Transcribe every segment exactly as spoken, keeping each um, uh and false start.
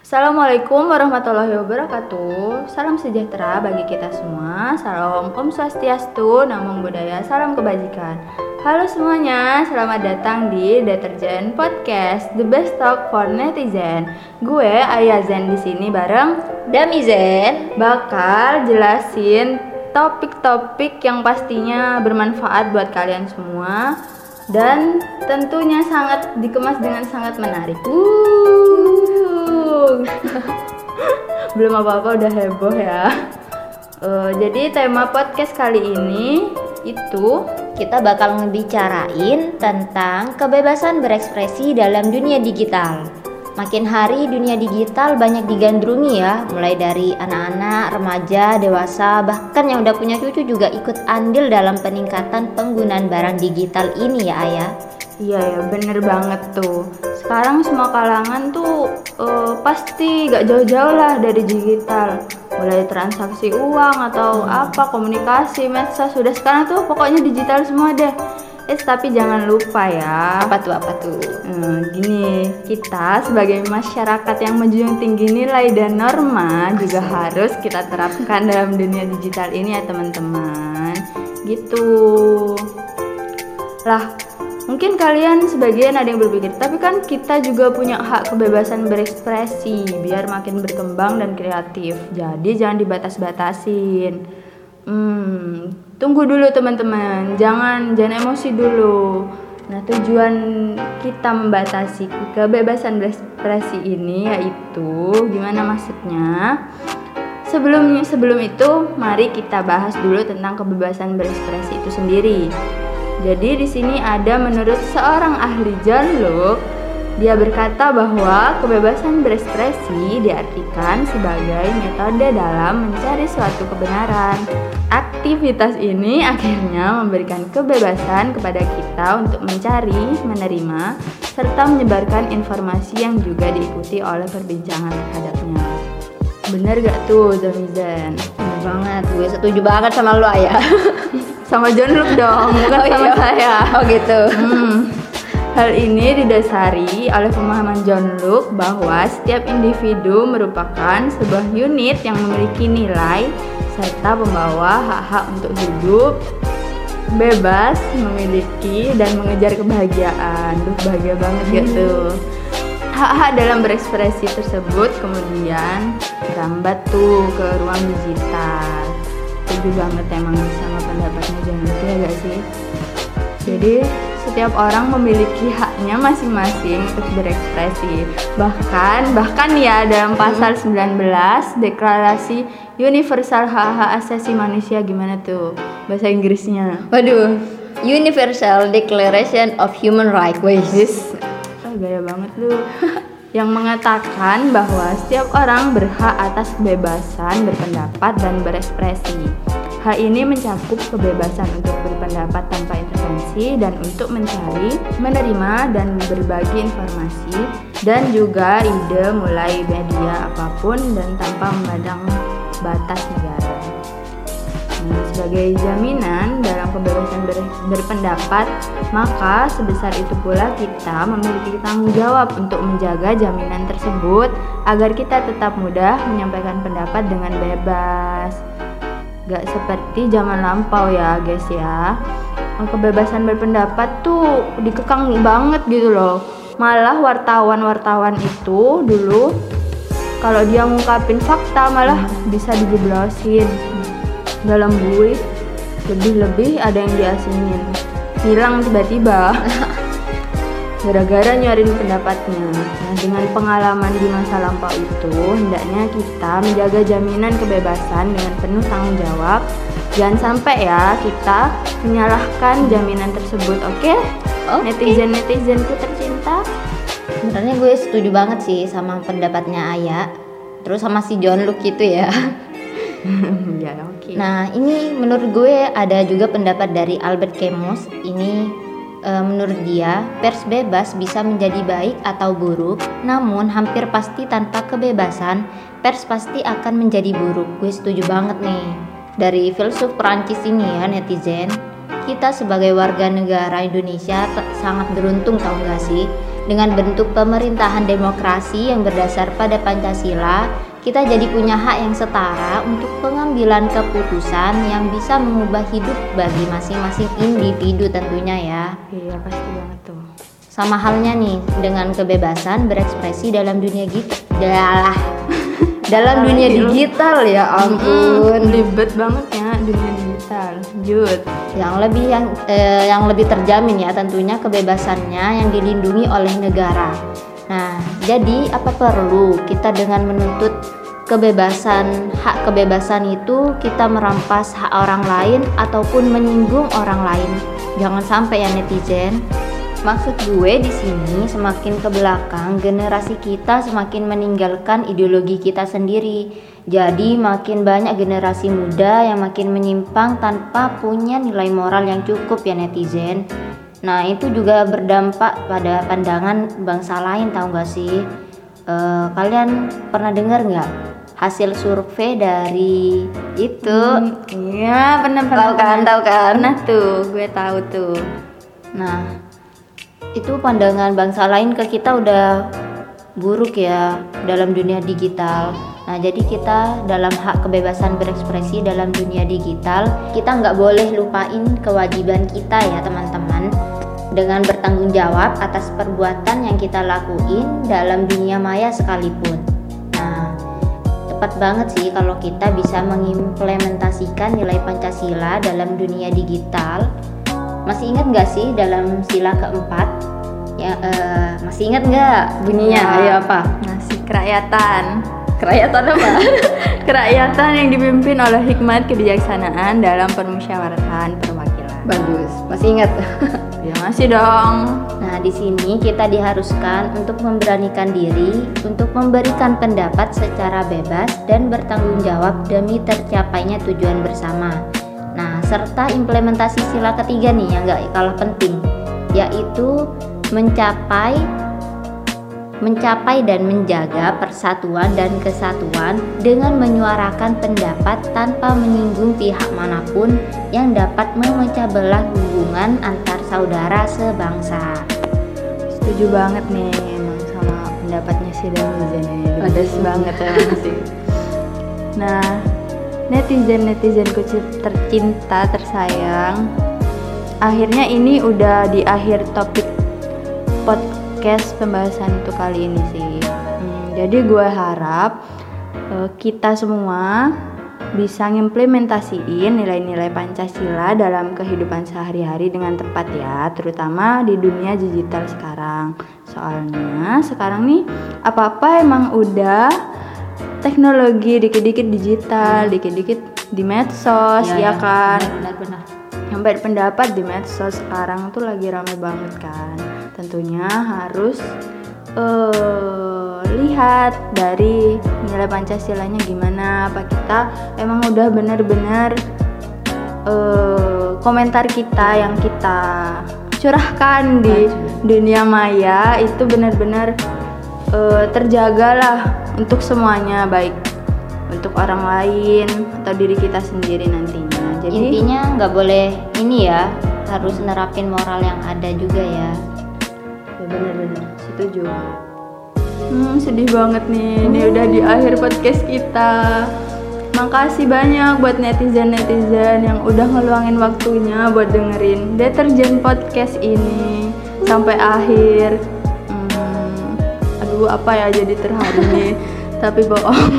Assalamualaikum warahmatullahi wabarakatuh. Salam sejahtera bagi kita semua. Salam Om Swastiastu, Namo Buddhaya, salam kebajikan. Halo semuanya, selamat datang di Deterjen Podcast, the best talk for netizen. Gue Ayah Zen di sini bareng Dami Zen, bakal jelasin topik-topik yang pastinya bermanfaat buat kalian semua dan tentunya sangat dikemas dengan sangat menarik. Wuh. Belum apa-apa udah heboh ya. Uh, jadi tema podcast kali ini itu kita bakal ngebicarain tentang kebebasan berekspresi dalam dunia digital. Makin hari dunia digital banyak digandrungi ya, mulai dari anak-anak, remaja, dewasa, bahkan yang udah punya cucu juga ikut andil dalam peningkatan penggunaan barang digital ini ya Ayah. Iya ya, bener banget tuh. Sekarang semua kalangan tuh uh, pasti gak jauh-jauh lah dari digital. Mulai transaksi uang atau hmm. apa, komunikasi, medsos, sudah sekarang tuh pokoknya digital semua deh. Eh tapi jangan lupa ya. Apa tuh, apa tuh? Hmm, gini, kita sebagai masyarakat yang menjunjung tinggi nilai dan norma Asik. juga harus kita terapkan dalam dunia digital ini ya teman-teman. Gitu. Lah, mungkin kalian sebagian ada yang berpikir, tapi kan kita juga punya hak kebebasan berekspresi biar makin berkembang dan kreatif. Jadi jangan dibatas-batasin. Hmm, tunggu dulu teman-teman, jangan jangan emosi dulu. Nah, tujuan kita membatasi kebebasan berekspresi ini yaitu gimana maksudnya? Sebelum sebelum itu, mari kita bahas dulu tentang kebebasan berekspresi itu sendiri. Jadi di sini ada menurut seorang ahli John Locke, dia berkata bahwa kebebasan berekspresi diartikan sebagai metode dalam mencari suatu kebenaran. Aktivitas ini akhirnya memberikan kebebasan kepada kita untuk mencari, menerima, serta menyebarkan informasi yang juga diikuti oleh perbincangan terhadapnya. Bener gak tuh Zamizan? Bener banget, gue setuju banget sama lo Ayah. Sama John Locke dong, bukan oh, sama iya. saya. Oh gitu. Hmm. Hal ini didasari oleh pemahaman John Locke bahwa setiap individu merupakan sebuah unit yang memiliki nilai serta membawa hak-hak untuk hidup, bebas, memiliki dan mengejar kebahagiaan. Duh, bahagia banget hmm. gitu. Hak-hak dalam berekspresi tersebut kemudian merambat tuh ke ruang digital. Setuju banget emang sama pendapatnya John Locke ya gak sih? Jadi setiap orang memiliki haknya masing-masing untuk berekspresi. Bahkan bahkan ya dalam pasal hmm. sembilan belas Deklarasi Universal Hak-Hak Asasi Manusia, gimana tuh bahasa Inggrisnya? Waduh, Universal Declaration of Human Rights. Wis, oh, gaya banget lu. Yang mengatakan bahwa setiap orang berhak atas kebebasan berpendapat dan berekspresi. Hal ini mencakup kebebasan untuk berpendapat tanpa intervensi dan untuk mencari, menerima, dan berbagi informasi dan juga ide mulai media apapun dan tanpa memandang batas negara. Nah, sebagai jaminan dalam kebebasan ber- berpendapat, maka sebesar itu pula kita memiliki tanggung jawab untuk menjaga jaminan tersebut agar kita tetap mudah menyampaikan pendapat dengan bebas. Gak seperti zaman lampau ya guys ya. Kebebasan berpendapat tuh dikekang banget gitu loh. Malah wartawan-wartawan itu dulu kalau dia ngungkapin fakta malah hmm. bisa dijeblosin dalam buit, lebih-lebih ada yang diasingin, hilang tiba-tiba gara-gara nyuarin pendapatnya. Nah, dengan pengalaman di masa lampau itu, hendaknya kita menjaga jaminan kebebasan dengan penuh tanggung jawab. Jangan sampai ya kita menyalahkan jaminan tersebut, oke? Okay? Okay. Netizen-netizenku tercinta. Sebenarnya gue setuju banget sih sama pendapatnya Ayah, terus sama si John Locke gitu ya. Ya, okay. Nah, ini menurut gue ada juga pendapat dari Albert Camus. Ini e, menurut dia, pers bebas bisa menjadi baik atau buruk, namun hampir pasti tanpa kebebasan, pers pasti akan menjadi buruk. Gue setuju banget nih. Dari filsuf Perancis ini ya, netizen, kita sebagai warga negara Indonesia t- sangat beruntung tau gak sih? Dengan bentuk pemerintahan demokrasi yang berdasar pada Pancasila, kita jadi punya hak yang setara untuk pengambilan keputusan yang bisa mengubah hidup bagi masing-masing individu tentunya ya. Iya, pasti banget tuh. Sama halnya nih dengan kebebasan berekspresi dalam dunia gitu. Dalah. dalam dunia digital ya ampun. Mm, ribet banget ya dunia digital. Lanjut. Yang lebih yang eh, yang lebih terjamin ya tentunya kebebasannya yang dilindungi oleh negara. Nah, jadi apa perlu kita dengan menuntut kebebasan, hak kebebasan itu kita merampas hak orang lain ataupun menyinggung orang lain? Jangan sampai ya netizen. Maksud gue di sini semakin ke belakang generasi kita semakin meninggalkan ideologi kita sendiri. Jadi makin banyak generasi muda yang makin menyimpang tanpa punya nilai moral yang cukup ya netizen. Nah itu juga berdampak pada pandangan bangsa lain, tahu gak sih? E, kalian pernah dengar nggak hasil survei dari itu? Iya, hmm, pernah pernah tahu kan, tahu kan? Pernah tuh, gue tahu tuh. Nah itu pandangan bangsa lain ke kita udah buruk ya dalam dunia digital. Nah jadi kita dalam hak kebebasan berekspresi dalam dunia digital, kita nggak boleh lupain kewajiban kita ya teman-teman, dengan bertanggung jawab atas perbuatan yang kita lakuin dalam dunia maya sekalipun. Nah tepat banget sih kalau kita bisa mengimplementasikan nilai Pancasila dalam dunia digital. Masih ingat nggak sih dalam sila keempat? Ya uh, masih ingat nggak bunyinya? Ya. Ayo apa? Masih kerakyatan. Kerakyatan apa? Kerakyatan yang dipimpin oleh hikmat kebijaksanaan dalam permusyawaratan perwakilan. Bagus, masih ingat? Ya masih dong. Nah di sini kita diharuskan untuk memberanikan diri untuk memberikan pendapat secara bebas dan bertanggung jawab demi tercapainya tujuan bersama. Nah serta implementasi sila ketiga nih yang gak kalah penting, yaitu mencapai mencapai dan menjaga persatuan dan kesatuan dengan menyuarakan pendapat tanpa menyinggung pihak manapun yang dapat memecah belah hubungan antar saudara sebangsa. Setuju banget nih emang sama pendapatnya si netizen ini. Pedas banget ya sih. Nah, netizen-netizenku tercinta, tersayang, akhirnya ini udah di akhir topik podcast pembahasan itu kali ini sih. Hmm, jadi gue harap uh, kita semua bisa ngimplementasiin nilai-nilai Pancasila dalam kehidupan sehari-hari dengan tepat ya, terutama di dunia digital sekarang. Soalnya sekarang nih apa-apa emang udah teknologi, dikit-dikit digital, dikit-dikit di medsos, ya, ya kan? Benar-benar. Sampai pendapat di medsos sekarang tuh lagi rame banget kan. Tentunya harus uh, lihat dari nilai Pancasilanya gimana. Apa kita emang udah benar-benar uh, komentar kita yang kita curahkan di dunia maya itu benar-benar uh, terjaga lah untuk semuanya, baik untuk orang lain atau diri kita sendiri nantinya. Jadi intinya nggak boleh ini ya, harus nerapin moral yang ada juga ya. Ya benar-benar setuju. Hmm, sedih banget nih. Ini udah di akhir podcast kita. Makasih banyak buat netizen-netizen yang udah ngeluangin waktunya buat dengerin Deterjen Podcast ini sampai akhir. Hmm, aduh apa ya jadi terharu nih. Tapi bohong.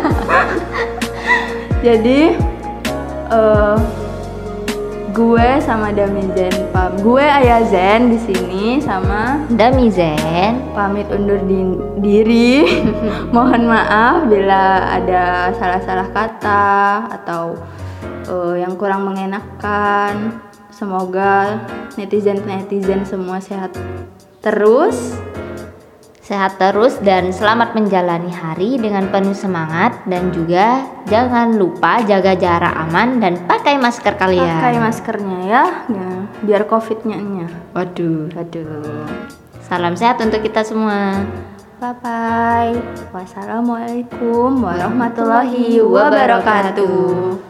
Jadi uh, gue sama Damizen pam, gue Ayah Zen di sini sama Damizen pamit undur di- diri. Mohon maaf bila ada salah-salah kata atau uh, yang kurang mengenakan. Semoga netizen-netizen semua sehat terus. Sehat terus dan selamat menjalani hari dengan penuh semangat, dan juga jangan lupa jaga jarak aman dan pakai masker kalian. Pakai maskernya ya, ya biar covidnya nya. Waduh, Waduh. salam sehat untuk kita semua. Bye bye. Wassalamualaikum warahmatullahi wabarakatuh.